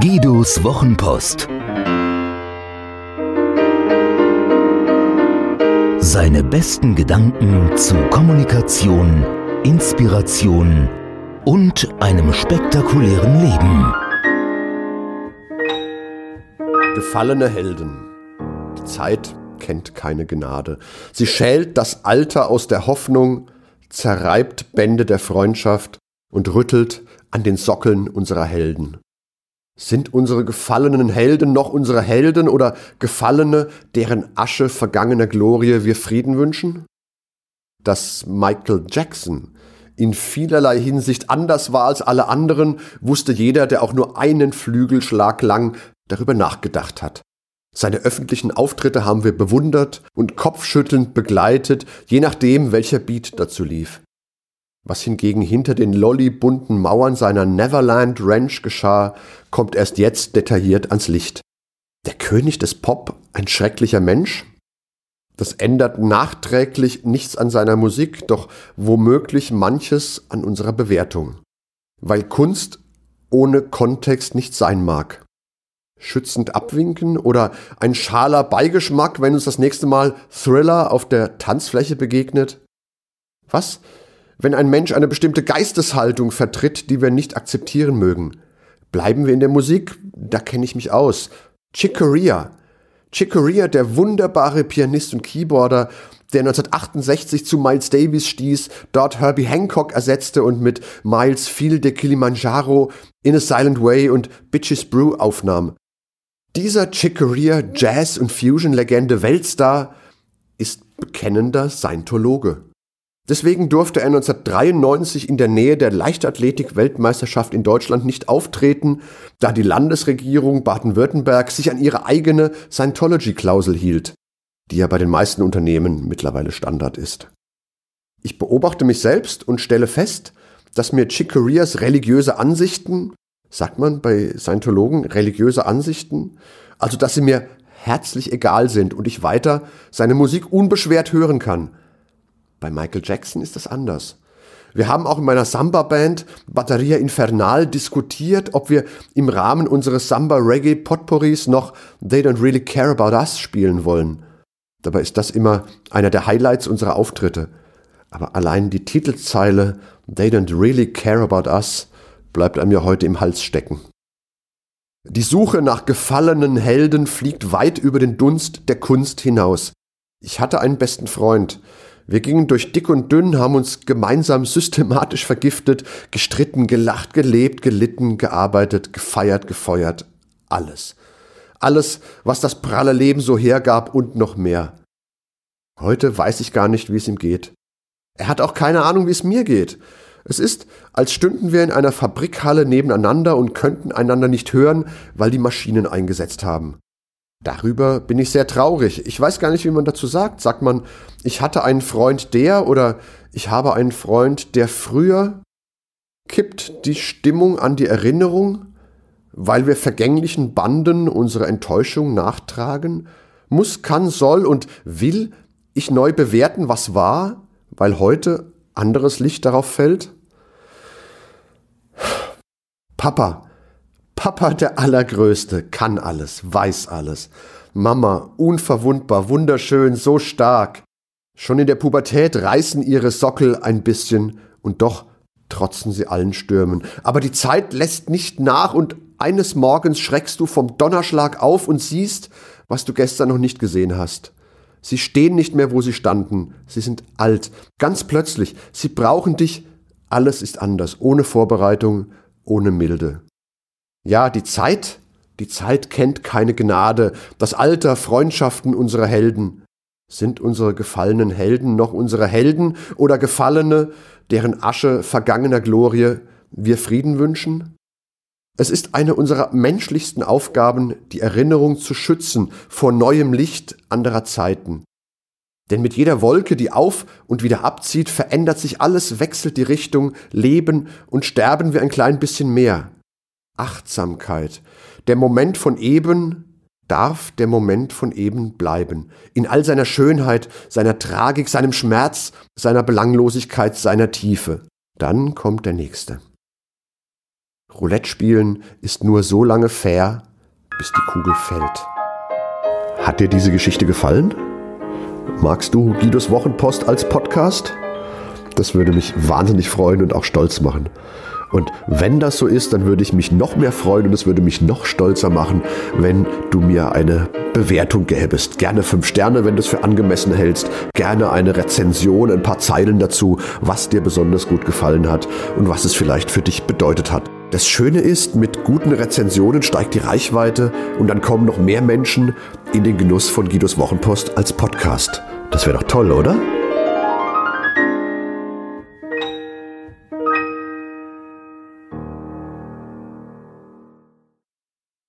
Guidos Wochenpost. Seine besten Gedanken zu Kommunikation, Inspiration und einem spektakulären Leben. Gefallene Helden. Die Zeit kennt keine Gnade. Sie schält das Alter aus der Hoffnung, zerreibt Bände der Freundschaft und rüttelt an den Sockeln unserer Helden. Sind unsere gefallenen Helden noch unsere Helden oder Gefallene, deren Asche vergangener Glorie wir Frieden wünschen? Dass Michael Jackson in vielerlei Hinsicht anders war als alle anderen, wusste jeder, der auch nur einen Flügelschlag lang darüber nachgedacht hat. Seine öffentlichen Auftritte haben wir bewundert und kopfschüttelnd begleitet, je nachdem, welcher Beat dazu lief. Was hingegen hinter den lollibunten Mauern seiner Neverland Ranch geschah, kommt erst jetzt detailliert ans Licht. Der König des Pop, ein schrecklicher Mensch? Das ändert nachträglich nichts an seiner Musik, doch womöglich manches an unserer Bewertung. Weil Kunst ohne Kontext nicht sein mag. Schützend abwinken oder ein schaler Beigeschmack, wenn uns das nächste Mal Thriller auf der Tanzfläche begegnet? Was, wenn ein Mensch eine bestimmte Geisteshaltung vertritt, die wir nicht akzeptieren mögen? Bleiben wir in der Musik, da kenne ich mich aus. Chick Corea, der wunderbare Pianist und Keyboarder, der 1968 zu Miles Davis stieß, dort Herbie Hancock ersetzte und mit Miles Feel de Kilimanjaro, In a Silent Way und Bitches Brew aufnahm. Dieser Chick Corea, Jazz- und Fusion-Legende, Weltstar, ist bekennender Scientologe. Deswegen durfte er 1993 in der Nähe der Leichtathletik-Weltmeisterschaft in Deutschland nicht auftreten, da die Landesregierung Baden-Württemberg sich an ihre eigene Scientology-Klausel hielt, die ja bei den meisten Unternehmen mittlerweile Standard ist. Ich beobachte mich selbst und stelle fest, dass mir Chick Coreas religiöse Ansichten, sagt man bei Scientologen religiöse Ansichten, also dass sie mir herzlich egal sind und ich weiter seine Musik unbeschwert hören kann. Bei Michael Jackson ist das anders. Wir haben auch in meiner Samba-Band Batteria Infernal diskutiert, ob wir im Rahmen unseres Samba-Reggae-Potpourris noch They Don't Really Care About Us spielen wollen. Dabei ist das immer einer der Highlights unserer Auftritte. Aber allein die Titelzeile They Don't Really Care About Us bleibt einem ja heute im Hals stecken. Die Suche nach gefallenen Helden fliegt weit über den Dunst der Kunst hinaus. Ich hatte einen besten Freund. Wir gingen durch dick und dünn, haben uns gemeinsam systematisch vergiftet, gestritten, gelacht, gelebt, gelitten, gearbeitet, gefeiert, gefeuert. Alles. Alles, was das pralle Leben so hergab und noch mehr. Heute weiß ich gar nicht, wie es ihm geht. Er hat auch keine Ahnung, wie es mir geht. Es ist, als stünden wir in einer Fabrikhalle nebeneinander und könnten einander nicht hören, weil die Maschinen eingesetzt haben. Darüber bin ich sehr traurig. Ich weiß gar nicht, wie man dazu sagt. Sagt man, ich hatte einen Freund der oder ich habe einen Freund der früher? Kippt die Stimmung an die Erinnerung, weil wir vergänglichen Banden unsere Enttäuschung nachtragen? Muss, kann, soll und will ich neu bewerten, was war, weil heute anderes Licht darauf fällt? Papa der Allergrößte, kann alles, weiß alles. Mama, unverwundbar, wunderschön, so stark. Schon in der Pubertät reißen ihre Sockel ein bisschen und doch trotzen sie allen Stürmen. Aber die Zeit lässt nicht nach und eines Morgens schreckst du vom Donnerschlag auf und siehst, was du gestern noch nicht gesehen hast. Sie stehen nicht mehr, wo sie standen. Sie sind alt. Ganz plötzlich. Sie brauchen dich. Alles ist anders. Ohne Vorbereitung, ohne Milde. Ja, die Zeit kennt keine Gnade. Das Alter, Freundschaften unserer Helden. Sind unsere gefallenen Helden noch unsere Helden oder Gefallene, deren Asche vergangener Glorie wir Frieden wünschen? Es ist eine unserer menschlichsten Aufgaben, die Erinnerung zu schützen vor neuem Licht anderer Zeiten. Denn mit jeder Wolke, die auf und wieder abzieht, verändert sich alles, wechselt die Richtung, leben und sterben wir ein klein bisschen mehr. Achtsamkeit. Der Moment von eben darf der Moment von eben bleiben. In all seiner Schönheit, seiner Tragik, seinem Schmerz, seiner Belanglosigkeit, seiner Tiefe. Dann kommt der Nächste. Roulette spielen ist nur so lange fair, bis die Kugel fällt. Hat dir diese Geschichte gefallen? Magst du Guidos Wochenpost als Podcast? Das würde mich wahnsinnig freuen und auch stolz machen. Und wenn das so ist, dann würde ich mich noch mehr freuen und es würde mich noch stolzer machen, wenn du mir eine Bewertung gäbest. Gerne 5 Sterne, wenn du es für angemessen hältst. Gerne eine Rezension, ein paar Zeilen dazu, was dir besonders gut gefallen hat und was es vielleicht für dich bedeutet hat. Das Schöne ist, mit guten Rezensionen steigt die Reichweite und dann kommen noch mehr Menschen in den Genuss von Guidos Wochenpost als Podcast. Das wäre doch toll, oder?